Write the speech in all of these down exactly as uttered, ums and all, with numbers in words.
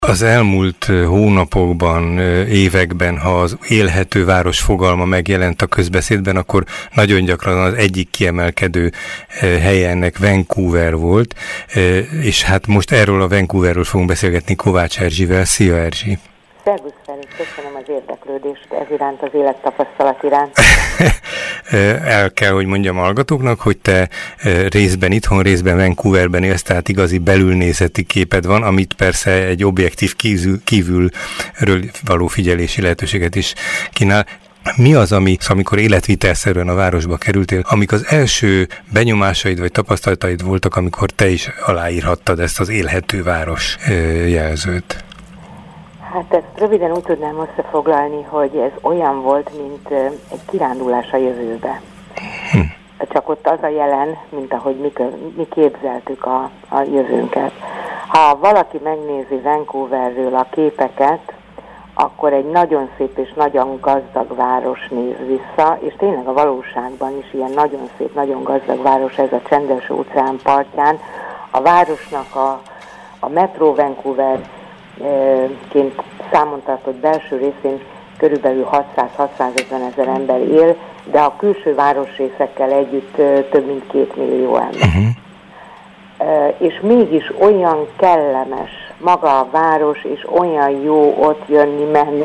Az elmúlt hónapokban, években, ha az élhető város fogalma megjelent a közbeszédben, akkor nagyon gyakran az egyik kiemelkedő helye ennek Vancouver volt, és hát most erről a Vancouverről fogunk beszélgetni Kovács Erzsivel. Szia, Erzsi! Szervusz, Feri, köszönöm az érdeklődést ez iránt, az élettapasztalat iránt. El kell, hogy mondjam hallgatóknak, hogy te részben itthon, részben Vancouverben élsz, tehát igazi belülnézeti képed van, amit persze egy objektív kívülről való figyelési lehetőséget is kínál. Mi az, ami, amikor életvitelszerűen a városba kerültél, amik az első benyomásaid vagy tapasztalataid voltak, amikor te is aláírhattad ezt az élhető város jelzőt? Hát ezt röviden úgy tudnám összefoglalni, hogy ez olyan volt, mint egy kirándulás a jövőbe. Hm. Csak ott az a jelen, mint ahogy mi, mi képzeltük a, a jövőnket. Ha valaki megnézi Vancouverről a képeket, akkor egy nagyon szép és nagyon gazdag város néz vissza, és tényleg a valóságban is ilyen nagyon szép, nagyon gazdag város ez a Csendes óceán partján. A városnak a, a Metro Vancouver ként számon tartott belső részén körülbelül hatszáz-hatszázötven ezer ember él, de a külső városrészekkel együtt több mint két millió ember. Uh-huh. És mégis olyan kellemes maga a város, és olyan jó ott jönni, menni,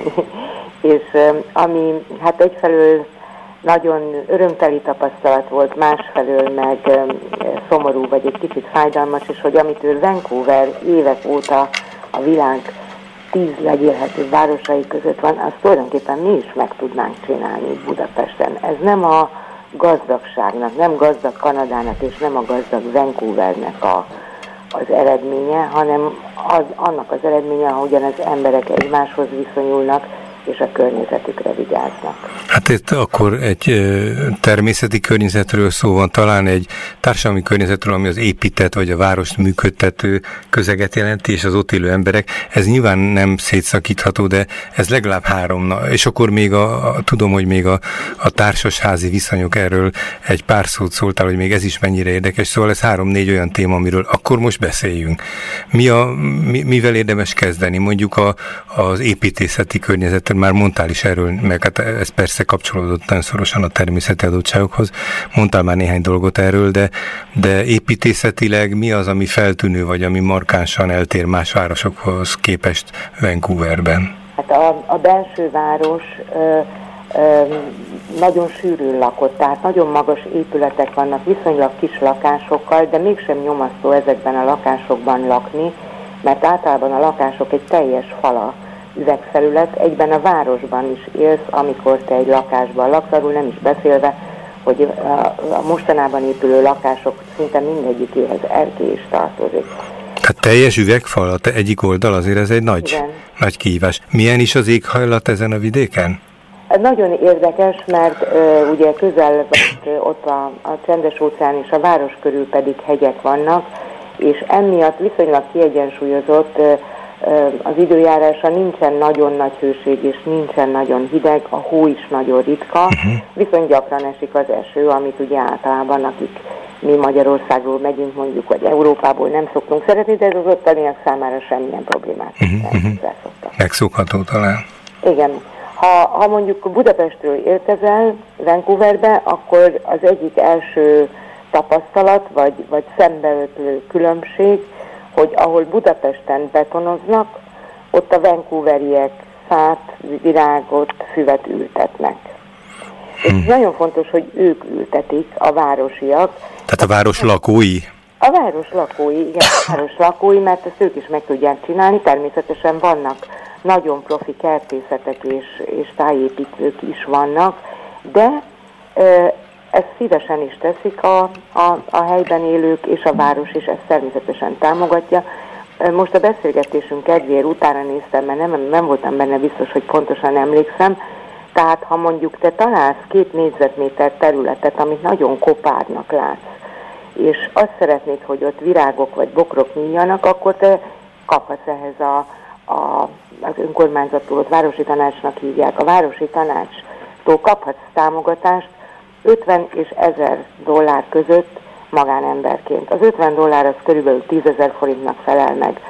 és ami hát egyfelől nagyon örömteli tapasztalat volt, másfelől meg szomorú, vagy egy kicsit fájdalmas, és hogy amitől Vancouver évek óta a világ tíz legélhetőbb városai között van, azt tulajdonképpen mi is meg tudnánk csinálni Budapesten. Ez nem a gazdagságnak, nem gazdag Kanadának és nem a gazdag Vancouvernek a, az eredménye, hanem az, annak az eredménye, ahogyan az emberek egymáshoz viszonyulnak, és a környezetükre vigyáznak. Hát itt akkor egy természeti környezetről szó van, talán egy társadalmi környezetről, ami az épített vagy a várost működtető közeget jelenti, és az ott élő emberek. Ez nyilván nem szétszakítható, de ez legalább három. Na, és akkor még a, a, tudom, hogy még a, a társasházi viszonyok, erről egy pár szót szóltál, hogy még ez is mennyire érdekes, szóval ez három-négy olyan téma, amiről akkor most beszéljünk. Mi a, mi, mivel érdemes kezdeni? Mondjuk a, az építészeti környezetet, már mondtál is erről, meg hát ez persze kapcsolódott nagyon szorosan a természeti adottságokhoz. Mondtál már néhány dolgot erről, de, de építészetileg mi az, ami feltűnő, vagy ami markánsan eltér más városokhoz képest Vancouverben? Hát a, a belső város ö, ö, nagyon sűrűn lakott, tehát nagyon magas épületek vannak, viszonylag kis lakásokkal, de mégsem nyomasztó ezekben a lakásokban lakni, mert általában a lakások egy teljes fala üvegfelület, egyben a városban is élsz, amikor te egy lakásban laksz, arról nem is beszélve, hogy a mostanában épülő lakások szinte mindegyikéhez erkély is tartozik. Tehát teljes üvegfal, a egyik oldal, azért ez egy nagy, nagy kihívás. Milyen is az éghajlat ezen a vidéken? Nagyon érdekes, mert uh, ugye közel uh, ott a, a Csendes óceán és a város körül pedig hegyek vannak, és emiatt viszonylag kiegyensúlyozott uh, az időjárása, nincsen nagyon nagy hőség, és nincsen nagyon hideg, a hó is nagyon ritka, uh-huh. viszont gyakran esik az eső, amit ugye általában, akik mi Magyarországról megyünk mondjuk, vagy Európából nem szoktunk szeretni, de ez az ottaniak számára semmilyen problémát uh-huh. nem szoktak. Megszokható talán. Igen. Ha, ha mondjuk Budapestről érkezel Vancouverbe, akkor az egyik első tapasztalat, vagy, vagy szembeötlő különbség, hogy ahol Budapesten betonoznak, ott a vancouveriek fát, virágot, füvet ültetnek. Hmm. És nagyon fontos, hogy ők ültetik, a városiak. Tehát a város lakói? A város lakói, igen, a város lakói, mert ezt ők is meg tudják csinálni. Természetesen vannak nagyon profi kertészetek és, és tájépítők is vannak, de e, ezt szívesen is teszik a, a, a helyben élők, és a város is ezt természetesen támogatja. Most a beszélgetésünk kedvéért utána néztem, mert nem, nem voltam benne biztos, hogy pontosan emlékszem. Tehát ha mondjuk te találsz két négyzetméter területet, amit nagyon kopárnak látsz, és azt szeretnéd, hogy ott virágok vagy bokrok nyíljanak, akkor te kaphatsz ehhez a, a, az önkormányzattól, ott városi tanácsnak hívják, a városi tanácstól kaphatsz támogatást ötven és ezer dollár között magánemberként. Az ötven dollár az körülbelül tízezer forintnak felel meg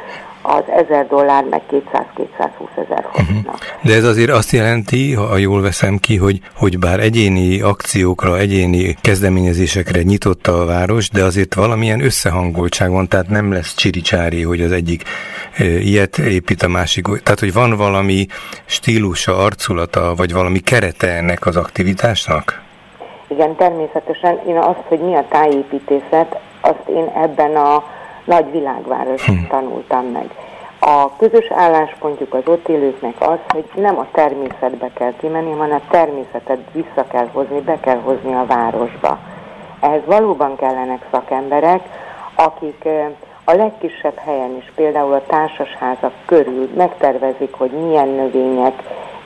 az ezer dollár, meg kétszáz-kétszázhúsz ezer forintnak. Uh-huh. De ez azért azt jelenti, ha jól veszem ki, hogy, hogy bár egyéni akciókra, egyéni kezdeményezésekre nyitott a város, de azért valamilyen összehangoltság van, tehát nem lesz csiricsári, hogy az egyik e, ilyet épít, a másik. Tehát, hogy van valami stílusa, arculata, vagy valami kerete ennek az aktivitásnak? Igen, természetesen. Én azt, hogy mi a tájépítészet, azt én ebben a nagy világvárosban hmm. tanultam meg. A közös álláspontjuk az ott élőknek az, hogy nem a természetbe kell kimenni, hanem a természetet vissza kell hozni, be kell hozni a városba. Ehhez valóban kellenek szakemberek, akik a legkisebb helyen is, például a társasházak körül megtervezik, hogy milyen növények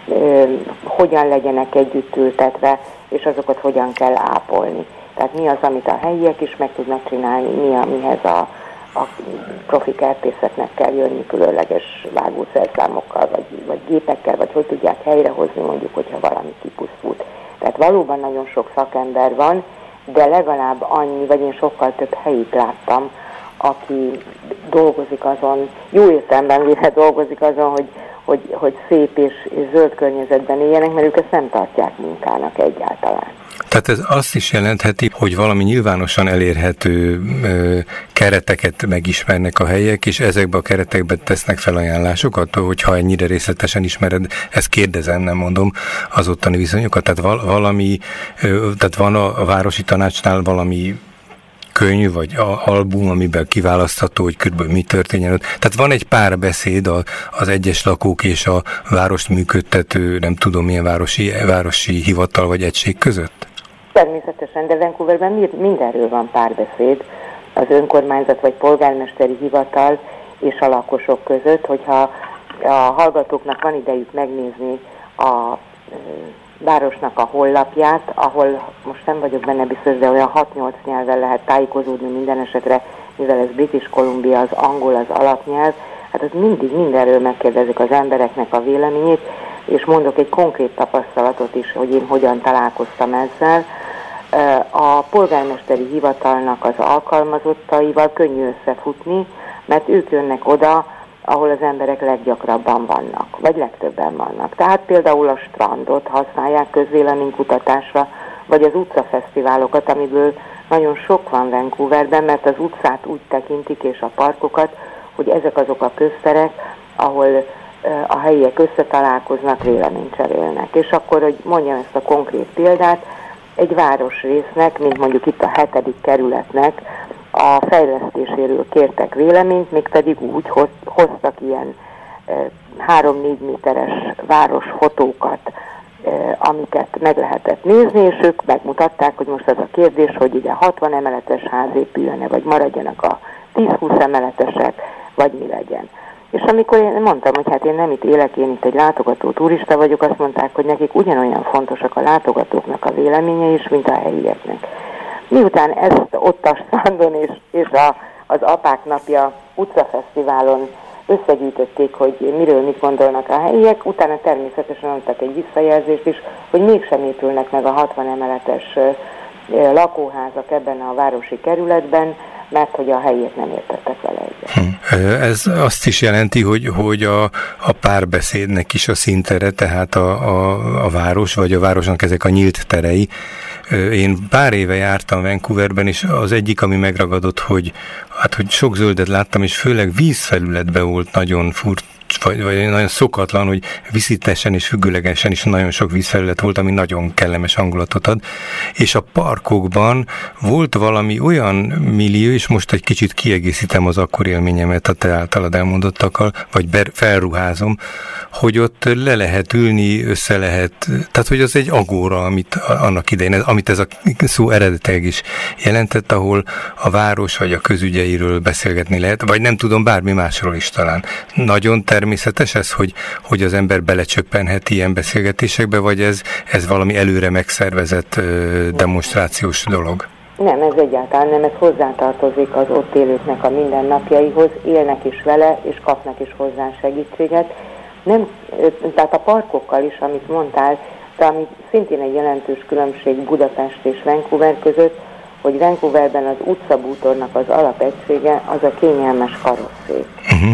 hogyan legyenek együtt ültetve, és azokat hogyan kell ápolni. Tehát mi az, amit a helyiek is meg tudnak csinálni, mi a, mihez a, a profi kertészetnek kell jönni különleges vágószerszámokkal, vagy, vagy gépekkel, vagy hogy tudják helyrehozni, mondjuk, hogyha valami kipusztult. Tehát valóban nagyon sok szakember van, de legalább annyi, vagy én sokkal több helyit láttam, aki dolgozik azon, jó értelemben véve dolgozik azon, hogy, hogy, hogy szép és, és zöld környezetben éljenek, mert ők ezt nem tartják munkának egyáltalán. Tehát ez azt is jelentheti, hogy valami nyilvánosan elérhető ö, kereteket megismernek a helyek, és ezekbe a keretekbe tesznek felajánlásokat, hogyha ennyire részletesen ismered, ezt kérdezem, nem mondom, az ottani viszonyokat. Tehát val- valami, ö, tehát van a, a városi tanácsnál valami könyv, vagy album, amiben kiválasztható, hogy körülbelül mi történjen ott. Tehát van egy párbeszéd az egyes lakók és a várost működtető, nem tudom milyen városi, városi hivatal vagy egység között? Természetesen, de Vancouverben mindenről van párbeszéd az önkormányzat vagy polgármesteri hivatal és a lakosok között, hogyha a hallgatóknak van idejük megnézni a városnak a honlapját, ahol most nem vagyok benne biztos, de olyan hat-nyolc nyelven lehet tájékozódni minden esetre, mivel ez British Columbia, az angol az alapnyelv, hát az mindig mindenről megkérdezik az embereknek a véleményét, és mondok egy konkrét tapasztalatot is, hogy én hogyan találkoztam ezzel. A polgármesteri hivatalnak az alkalmazottaival könnyű összefutni, mert ők jönnek oda, ahol az emberek leggyakrabban vannak, vagy legtöbben vannak. Tehát például a strandot használják közvéleménykutatásra, vagy az utcafesztiválokat, amiből nagyon sok van Vancouverben, mert az utcát úgy tekintik, és a parkokat, hogy ezek azok a közterek, ahol a helyiek összetalálkoznak, véleményt cserélnek. És akkor, hogy mondjam ezt a konkrét példát, egy városrésznek, mint mondjuk itt a hetedik kerületnek, a fejlesztéséről kértek véleményt, mégpedig úgy hoztak ilyen három-négy méteres városfotókat, e, amiket meg lehetett nézni, és ők megmutatták, hogy most az a kérdés, hogy ugye hatvan emeletes ház épüljön-e, vagy maradjanak a tíz-húsz emeletesek, vagy mi legyen. És amikor én mondtam, hogy hát én nem itt élek, én itt egy látogató turista vagyok, azt mondták, hogy nekik ugyanolyan fontosak a látogatóknak a véleménye is, mint a helyieknek. Miután ezt ott a strandon és, és a, az Apák Napja utcafesztiválon összegyűjtötték, hogy miről mit gondolnak a helyiek, utána természetesen adtak egy visszajelzést is, hogy mégsem épülnek meg a hatvan emeletes lakóházak ebben a városi kerületben, mert hogy a helyiek nem értettek vele egyet. Ez azt is jelenti, hogy, hogy a, a párbeszédnek is a színtere, tehát a, a, a város, vagy a városnak ezek a nyílt terei. Én pár éve jártam Vancouverben, és az egyik, ami megragadott, hogy, hát, hogy sok zöldet láttam, és főleg vízfelületben volt nagyon furt, vagy, vagy nagyon szokatlan, hogy viszítesen és függőlegesen is nagyon sok vízfelület volt, ami nagyon kellemes hangulatot ad. És a parkokban volt valami olyan millió, és most egy kicsit kiegészítem az akkor élményemet a te általad elmondottakkal, vagy ber, felruházom, hogy ott le lehet ülni, össze lehet, tehát hogy az egy agóra, amit annak idején, amit ez a szó eredetileg is jelentett, ahol a város vagy a közügyeiről beszélgetni lehet, vagy nem tudom, bármi másról is talán. Nagyon természetes ez, hogy, hogy az ember belecsöppenhet ilyen beszélgetésekbe, vagy ez, ez valami előre megszervezett ö, demonstrációs dolog? Nem, ez egyáltalán nem, ez hozzátartozik az ott élőknek a mindennapjaihoz, élnek is vele, és kapnak is hozzá segítséget. Nem, tehát a parkokkal is, amit mondtál, de ami szintén egy jelentős különbség Budapest és Vancouver között, hogy Vancouverben az utcabútornak az alapegysége az a kényelmes karosszék. Uh-huh.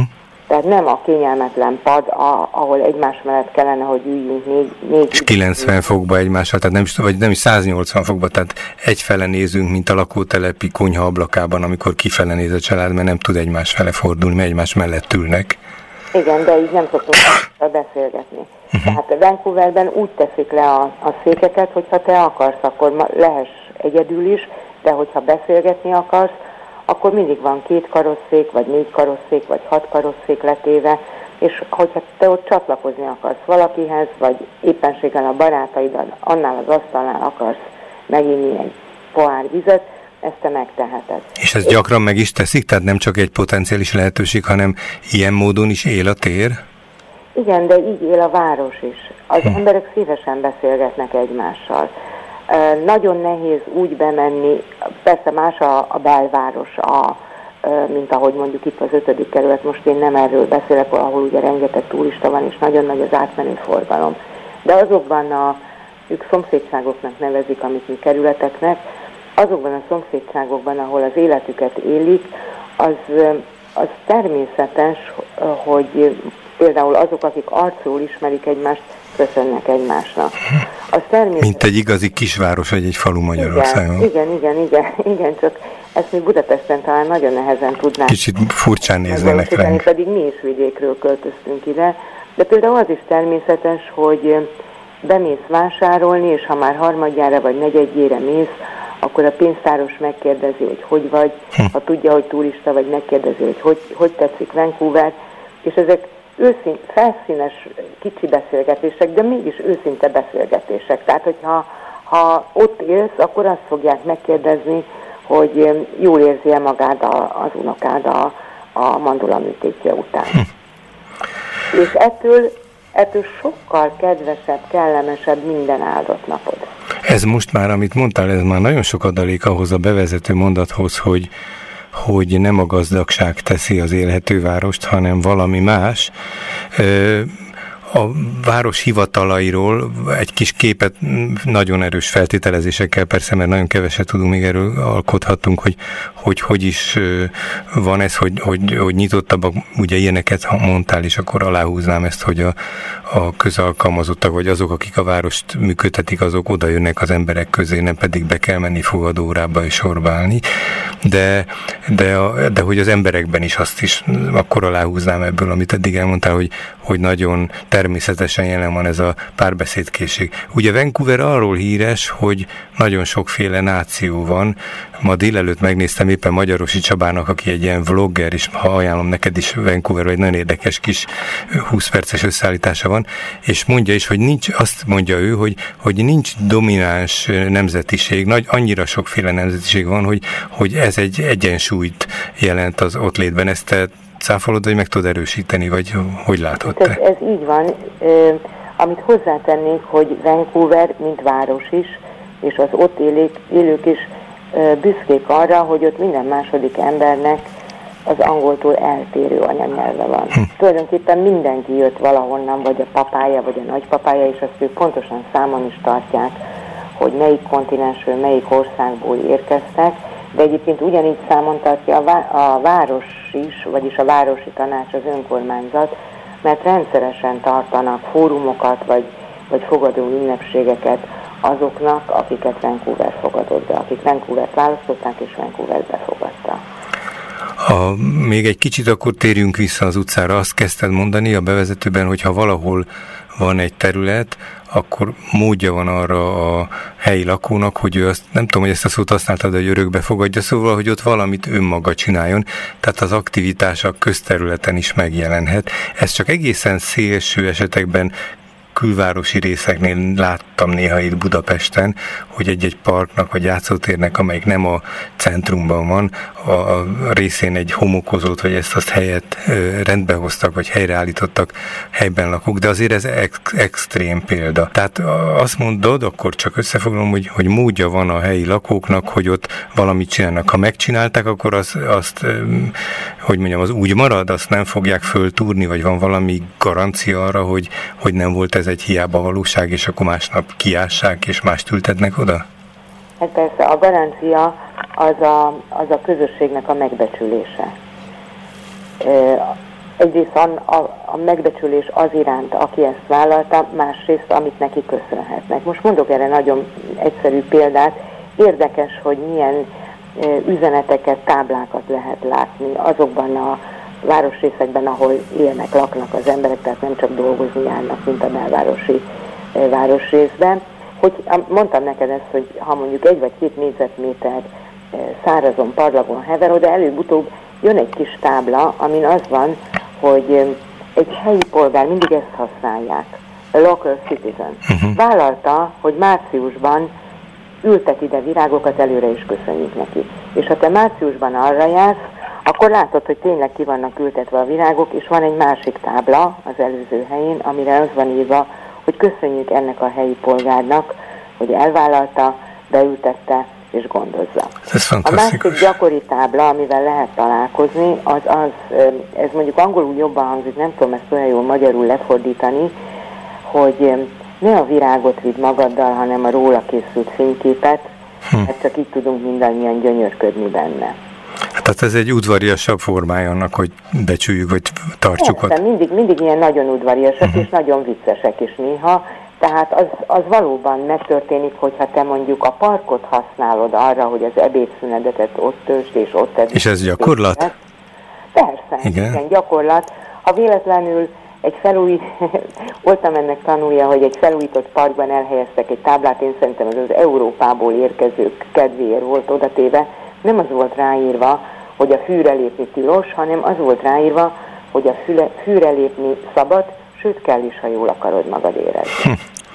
Tehát nem a kényelmetlen pad, a, ahol egymás mellett kellene, hogy üljünk négy... négy és kilencven fokba egymással, tehát nem is, vagy nem is száznyolcvan fokba, tehát egyfele nézünk, mint a lakótelepi konyha ablakában, amikor kifele néz a család, mert nem tud egymás fele fordulni, mert egymás mellett ülnek. Igen, de így nem szoktunk beszélgetni. Uh-huh. Tehát Vancouverben úgy teszik le a, a székeket, hogyha te akarsz, akkor ma, lehess egyedül is, de hogyha beszélgetni akarsz, akkor mindig van két karosszék, vagy négy karosszék, vagy hat karosszék letéve, és hogyha te ott csatlakozni akarsz valakihez, vagy éppenséggel a barátaiddal annál az asztalnál akarsz meginni egy pohár vizet, ezt te megteheted. És ezt gyakran meg is teszik? Tehát nem csak egy potenciális lehetőség, hanem ilyen módon is él a tér? Igen, de így él a város is. Az hm. emberek szívesen beszélgetnek egymással. Uh, nagyon nehéz úgy bemenni, persze más a, a belváros, a, uh, mint ahogy mondjuk itt az ötödik kerület, most én nem erről beszélek, ahol ugye rengeteg turista van, és nagyon nagy az átmenő forgalom. De azokban a, ők szomszédságoknak nevezik, amit mi kerületeknek, azokban a szomszédságokban, ahol az életüket élik, az, az természetes, hogy például azok, akik arcról ismerik egymást, köszönnek egymásnak. Az természetes... Mint egy igazi kisváros, vagy egy falu Magyarországon. Igen, igen, igen, igen, csak ezt mi Budapesten talán nagyon nehezen tudnánk. Kicsit furcsán néznének ránk. Pedig mi is vidékről költöztünk ide, de például az is természetes, hogy bemész vásárolni, és ha már harmadjára vagy negyedjére mész, akkor a pénztáros megkérdezi, hogy hogy vagy, hm. ha tudja, hogy turista vagy, megkérdezi, hogy hogy, hogy tetszik Vancouver, és ezek őszín, felszínes, kicsi beszélgetések, de mégis őszinte beszélgetések. Tehát, hogyha ha ott élsz, akkor azt fogják megkérdezni, hogy jól érzi-e magad a, az unokád a, a mandula műtétje után. Hm. És ettől, ettől sokkal kedvesebb, kellemesebb minden áldott napod. Ez most már, amit mondtál, ez már nagyon sok adalék ahhoz a bevezető mondathoz, hogy, hogy nem a gazdagság teszi az élhető várost, hanem valami más. A város hivatalairól egy kis képet nagyon erős feltételezésekkel, persze, mert nagyon keveset tudunk, még erről alkothatunk, hogy hogy, hogy is van ez, hogy, hogy, hogy nyitottabbak, ugye ilyeneket ha mondtál, és akkor aláhúznám ezt, hogy a, a közalkalmazottak, vagy azok, akik a várost működtetik, azok oda jönnek az emberek közé, nem pedig be kell menni fogadóórába és sorba állni. De, de, a, de hogy az emberekben is azt is akkor aláhúznám ebből, amit eddig elmondtál, hogy, hogy nagyon természetesen jelen van ez a párbeszédkészség. Ugye Vancouver arról híres, hogy nagyon sokféle náció van. Ma délelőtt megnéztem éppen Magyarosi Csabának, aki egy ilyen vlogger, és ha ajánlom neked is Vancouver, egy nagyon érdekes kis húsz perces összeállítása van, és mondja is, hogy nincs, azt mondja ő, hogy, hogy nincs domináns nemzetiség, nagy, annyira sokféle nemzetiség van, hogy, hogy ez egy egyensúlyt jelent az ott létben. Ezt te cáfolod, vagy meg tudod erősíteni, vagy hogy látod te? Ez, ez így van. Ö, amit hozzátennék, hogy Vancouver, mint város is, és az ott élők, élők is ö, büszkék arra, hogy ott minden második embernek az angoltól eltérő anyanyelve van. Hm. Tulajdonképpen mindenki jött valahonnan, vagy a papája, vagy a nagypapája, és azt ők pontosan számon is tartják, hogy melyik kontinensről, melyik országból érkeztek, de egyébként ugyanígy számon tartja a, vá- a város is, vagyis a városi tanács, az önkormányzat, mert rendszeresen tartanak fórumokat, vagy, vagy fogadó ünnepségeket azoknak, akiket Vancouver fogadott be, akik Vancouvert választották, és Vancouvert befogadta. A, még egy kicsit akkor térjünk vissza az utcára. Azt kezdted mondani a bevezetőben, hogy ha valahol van egy terület, akkor módja van arra a helyi lakónak, hogy ő azt, nem tudom, hogy ezt a szót használtad, hogy örökbe fogadja, szóval, hogy ott valamit önmaga csináljon, tehát az aktivitás a közterületen is megjelenhet. Ez csak egészen szélső esetekben külvárosi részeknél láttam néha itt Budapesten, hogy egy-egy parknak vagy játszótérnek, amelyik nem a centrumban van, a, a részén egy homokozót, vagy ezt azt helyet ö, rendbe hoztak, vagy helyreállítottak helyben lakók, de azért ez ex- extrém példa. Tehát azt mondod, akkor csak összefoglalom, hogy, hogy módja van a helyi lakóknak, hogy ott valamit csinálnak. Ha megcsinálták, akkor az, azt, ö, hogy mondjam, az úgy marad, azt nem fogják föltúrni, vagy van valami garancia arra, hogy, hogy nem volt ez egy hiába valóság, és akkor másnap kiássák, és mást ültetnek oda? Hát persze, a garancia az a, az a közösségnek a megbecsülése. egyrészt a, a, a megbecsülés az iránt, aki ezt vállalta, másrészt, amit neki köszönhetnek. Most mondok erre nagyon egyszerű példát. Érdekes, hogy milyen e, üzeneteket, táblákat lehet látni azokban a városrészekben, ahol élnek, laknak az emberek, tehát nem csak dolgozni járnak, mint a belvárosi e, városrészben. Hogy, mondtam neked ezt, hogy ha mondjuk egy vagy két négyzetméter e, szárazon, parlagon hever, oda előbb-utóbb jön egy kis tábla, amin az van, hogy egy helyi polgár, mindig ezt használják, a local citizen, uh-huh. vállalta, hogy márciusban ültet ide virágokat, előre is köszönjük neki. És ha te márciusban arra jársz, akkor látod, hogy tényleg ki vannak ültetve a virágok, és van egy másik tábla az előző helyén, amire az van írva, hogy köszönjük ennek a helyi polgárnak, hogy elvállalta, beültette és gondozza. Ez a másik gyakori tábla, amivel lehet találkozni, az, az, ez mondjuk angolul jobban hangzik, nem tudom ezt olyan jól magyarul lefordítani, hogy ne a virágot vidd magaddal, hanem a róla készült fényképet, hm. mert csak így tudunk mindannyian gyönyörködni benne. Tehát ez egy udvariasabb formája annak, hogy becsüljük, vagy tartsuk ott. Mindig, mindig ilyen nagyon udvariasak, uh-huh. és nagyon viccesek is néha. Tehát az, az valóban megtörténik, hogyha te mondjuk a parkot használod arra, hogy az ebédszünetet ott töltsd, és ott ebéd. És ez gyakorlat? Ebédet. Persze, igen. igen, gyakorlat. Ha véletlenül egy felújít, voltam ennek tanulja, hogy egy felújított parkban elhelyeztek egy táblát, én szerintem ez az Európából érkezők kedvéért volt odatéve, nem az volt ráírva, hogy a fűre lépni tilos, hanem az volt ráírva, hogy a füle, fűre lépni szabad, sőt kell is, ha jól akarod magad érezni.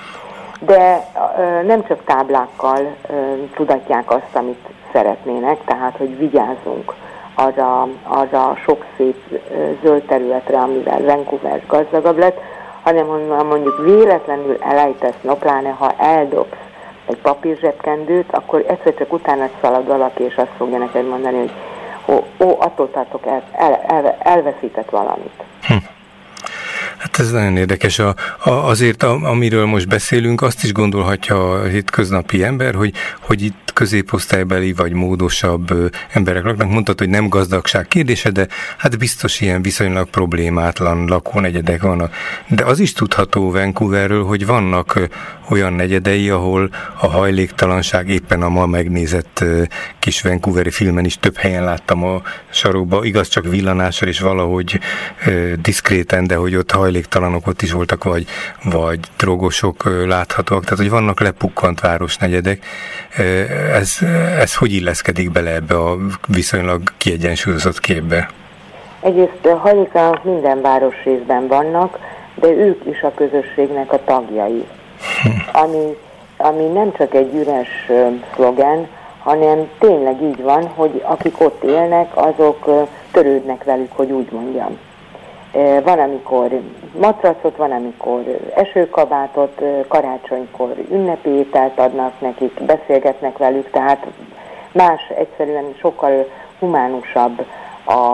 De ö, nem csak táblákkal ö, tudatják azt, amit szeretnének, tehát, hogy vigyázzunk arra, arra sok szép ö, zöld területre, amivel Vancouver gazdagabb lett, hanem ha mondjuk véletlenül elejtesz, no pláne, ha eldobsz egy papírzsebkendőt, akkor egyszer csak utána szalad valaki, és azt fogja neked mondani, hogy ó, ó attól tartok, el, el, el, elveszített valamit. Hm. Hát ez nagyon érdekes. A, a, azért, a, amiről most beszélünk, azt is gondolhatja a hétköznapi ember, hogy, hogy itt középosztálybeli vagy módosabb ö, emberek laknak. Mondtad, hogy nem gazdagság kérdése, de hát biztos ilyen viszonylag problémátlan lakónegyedek vannak. De az is tudható Vancouverről, hogy vannak ö, olyan negyedei, ahol a hajléktalanság éppen a ma megnézett ö, kis vancouveri filmen is több helyen láttam a sarokba, igaz csak villanással és valahogy ö, diszkréten, de hogy ott hajléktalanok ott is voltak, vagy, vagy drogosok ö, láthatóak, tehát hogy vannak lepukkant városnegyedek. Ez, ez hogy illeszkedik bele ebbe a viszonylag kiegyensúlyozott képbe? Egyrészt hajléktalanok minden városrészben vannak, de ők is a közösségnek a tagjai. Hm. Ami, ami nem csak egy üres uh, szlogen, hanem tényleg így van, hogy akik ott élnek, azok uh, törődnek velük, hogy úgy mondjam. Uh, van, amikor matracot, van, amikor esőkabátot, uh, karácsonykor ünnepi ételt adnak nekik, beszélgetnek velük, tehát más, egyszerűen sokkal humánusabb a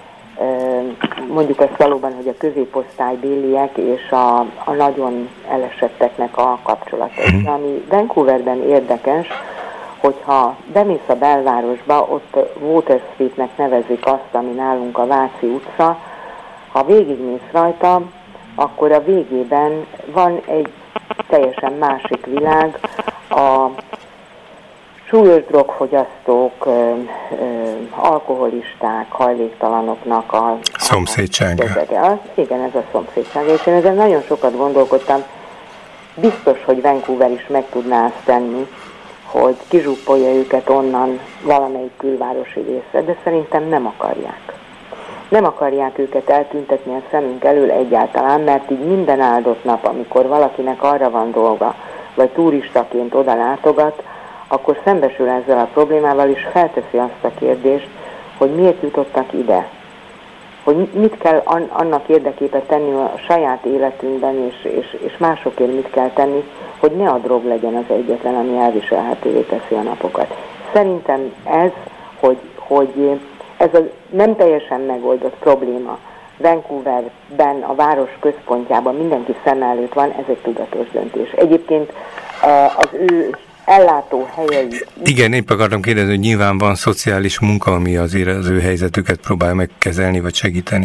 mondjuk azt valóban, hogy a középosztálybéliek és a, a nagyon elesetteknek a kapcsolata. Mm. Ami Vancouverben érdekes, hogyha bemész a belvárosba, ott Water Streetnek nevezik azt, ami nálunk a Váci utca, ha végigmész rajta, akkor a végében van egy teljesen másik világ, a súlyos drogfogyasztók, ö, ö, alkoholisták, hajléktalanoknak a szomszédsága. Igen, ez a szomszédsága, és én ezen nagyon sokat gondolkodtam. Biztos, hogy Vancouver is meg tudná azt tenni, hogy kizsúppolja őket onnan valamelyik külvárosi részre, de szerintem nem akarják. Nem akarják őket eltüntetni a szemünk elől egyáltalán, mert így minden áldott nap, amikor valakinek arra van dolga, vagy turistaként oda látogat, akkor szembesül ezzel a problémával, és felteszi azt a kérdést, hogy miért jutottak ide. Hogy mit kell annak érdekében tenni a saját életünkben, és, és, és másokért mit kell tenni, hogy ne a drog legyen az egyetlen, ami elviselhetővé teszi a napokat. Szerintem ez, hogy, hogy ez a nem teljesen megoldott probléma Vancouverben, a város központjában mindenki szem előtt van, ez egy tudatos döntés. Egyébként az ő ellátó helyei. Igen, épp akartam kérdezni, hogy nyilván van szociális munka, ami azért az ő helyzetüket próbál megkezelni, vagy segíteni.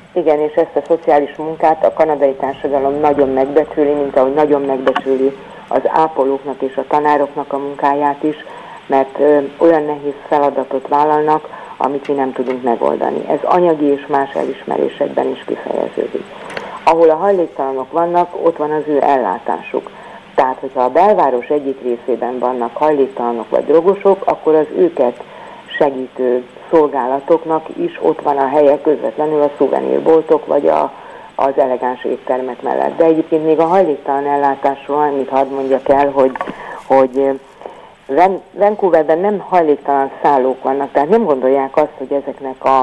Igen, és ezt a szociális munkát a kanadai társadalom nagyon megbecsüli, mint ahogy nagyon megbecsüli az ápolóknak és a tanároknak a munkáját is, mert ö, olyan nehéz feladatot vállalnak, amit mi nem tudunk megoldani. Ez anyagi és más elismerésekben is kifejeződik. Ahol a hajléktalanok vannak, ott van az ő ellátásuk. Tehát, hogyha a belváros egyik részében vannak hajléktalanok vagy drogosok, akkor az őket segítő szolgálatoknak is ott van a helye közvetlenül a szuvenírboltok vagy a, az elegáns éttermek mellett. De egyébként még a hajléktalan ellátásról annyit hadd mondjak el, hogy, hogy Vancouverben nem hajléktalan szállók vannak, tehát nem gondolják azt, hogy ezeknek a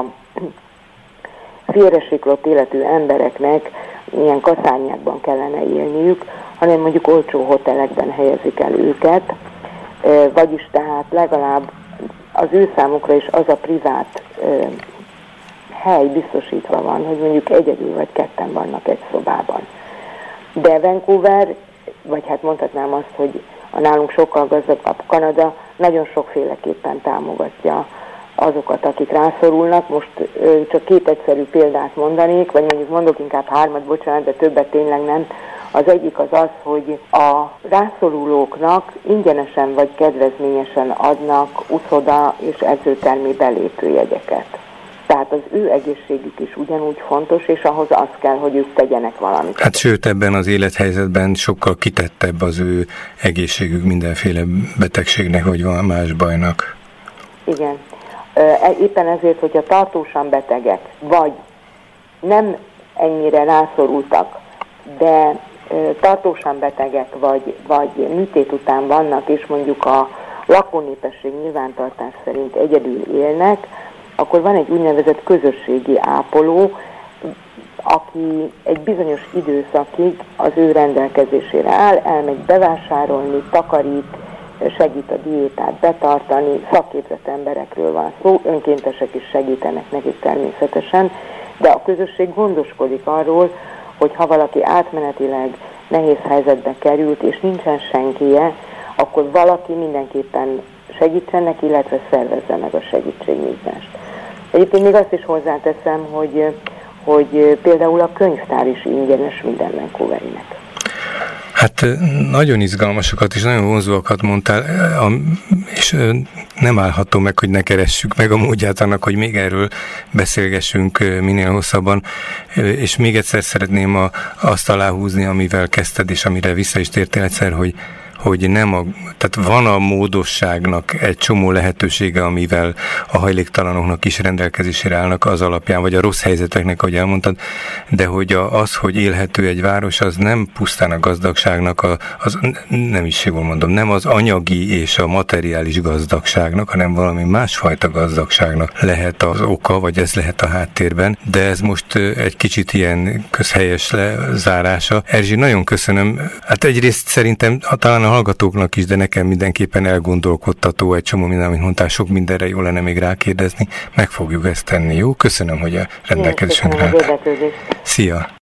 félresiklott életű embereknek ilyen kaszárnyákban kellene élniük, hanem mondjuk olcsó hotelekben helyezik el őket, vagyis tehát legalább az ő számukra is az a privát hely biztosítva van, hogy mondjuk egyedül vagy ketten vannak egy szobában. De Vancouver, vagy hát mondhatnám azt, hogy a nálunk sokkal gazdagabb Kanada nagyon sokféleképpen támogatja azokat, akik rászorulnak. Most ö, csak két egyszerű példát mondanék, vagy mondjuk mondok inkább hármat, bocsánat, de többet tényleg nem. Az egyik az az, hogy a rászorulóknak ingyenesen vagy kedvezményesen adnak uszoda és edzőtermi belépőjegyeket. Tehát az ő egészségük is ugyanúgy fontos, és ahhoz az kell, hogy ők tegyenek valamit. Hát sőt, ebben az élethelyzetben sokkal kitettebb az ő egészségük mindenféle betegségnek, vagy van más bajnak. Igen. Éppen ezért, hogyha tartósan betegek, vagy nem ennyire rászorultak, de tartósan betegek, vagy, vagy műtét után vannak, és mondjuk a lakónépesség nyilvántartás szerint egyedül élnek, akkor van egy úgynevezett közösségi ápoló, aki egy bizonyos időszakig az ő rendelkezésére áll, elmegy bevásárolni, takarít, segít a diétát betartani, szakképzett emberekről van szó, önkéntesek is segítenek nekik természetesen, de a közösség gondoskodik arról, hogy ha valaki átmenetileg nehéz helyzetbe került, és nincsen senkije, akkor valaki mindenképpen segítsenek, illetve szervezze meg a segítségnyújtást. Egyébként még azt is hozzáteszem, hogy, hogy például a könyvtár is ingyenes minden Vancouverinek. Hát nagyon izgalmasokat és nagyon vonzóakat mondtál, és nem állható meg, hogy ne keressük meg a módját annak, hogy még erről beszélgessünk minél hosszabban, és még egyszer szeretném a, azt aláhúzni, amivel kezdted, és amire vissza is tértél egyszer, hogy hogy nem a, tehát van a módosságnak egy csomó lehetősége, amivel a hajléktalanoknak is rendelkezésére állnak az alapján, vagy a rossz helyzeteknek, ahogy elmondtad, de hogy a, az, hogy élhető egy város, az nem pusztán a gazdagságnak, a, az, nem is jól mondom, nem az anyagi és a materiális gazdagságnak, hanem valami másfajta gazdagságnak lehet az oka, vagy ez lehet a háttérben, de ez most egy kicsit ilyen közhelyes lezárása. Erzsi, nagyon köszönöm. Hát egyrészt szerintem talán a hallgatóknak is, de nekem mindenképpen elgondolkodtató egy csomó minden, amit mondtál, sok mindenre jó lenne még rákérdezni. Meg fogjuk ezt tenni, jó? Köszönöm, hogy a rendelkezésünkre álltál. Szia!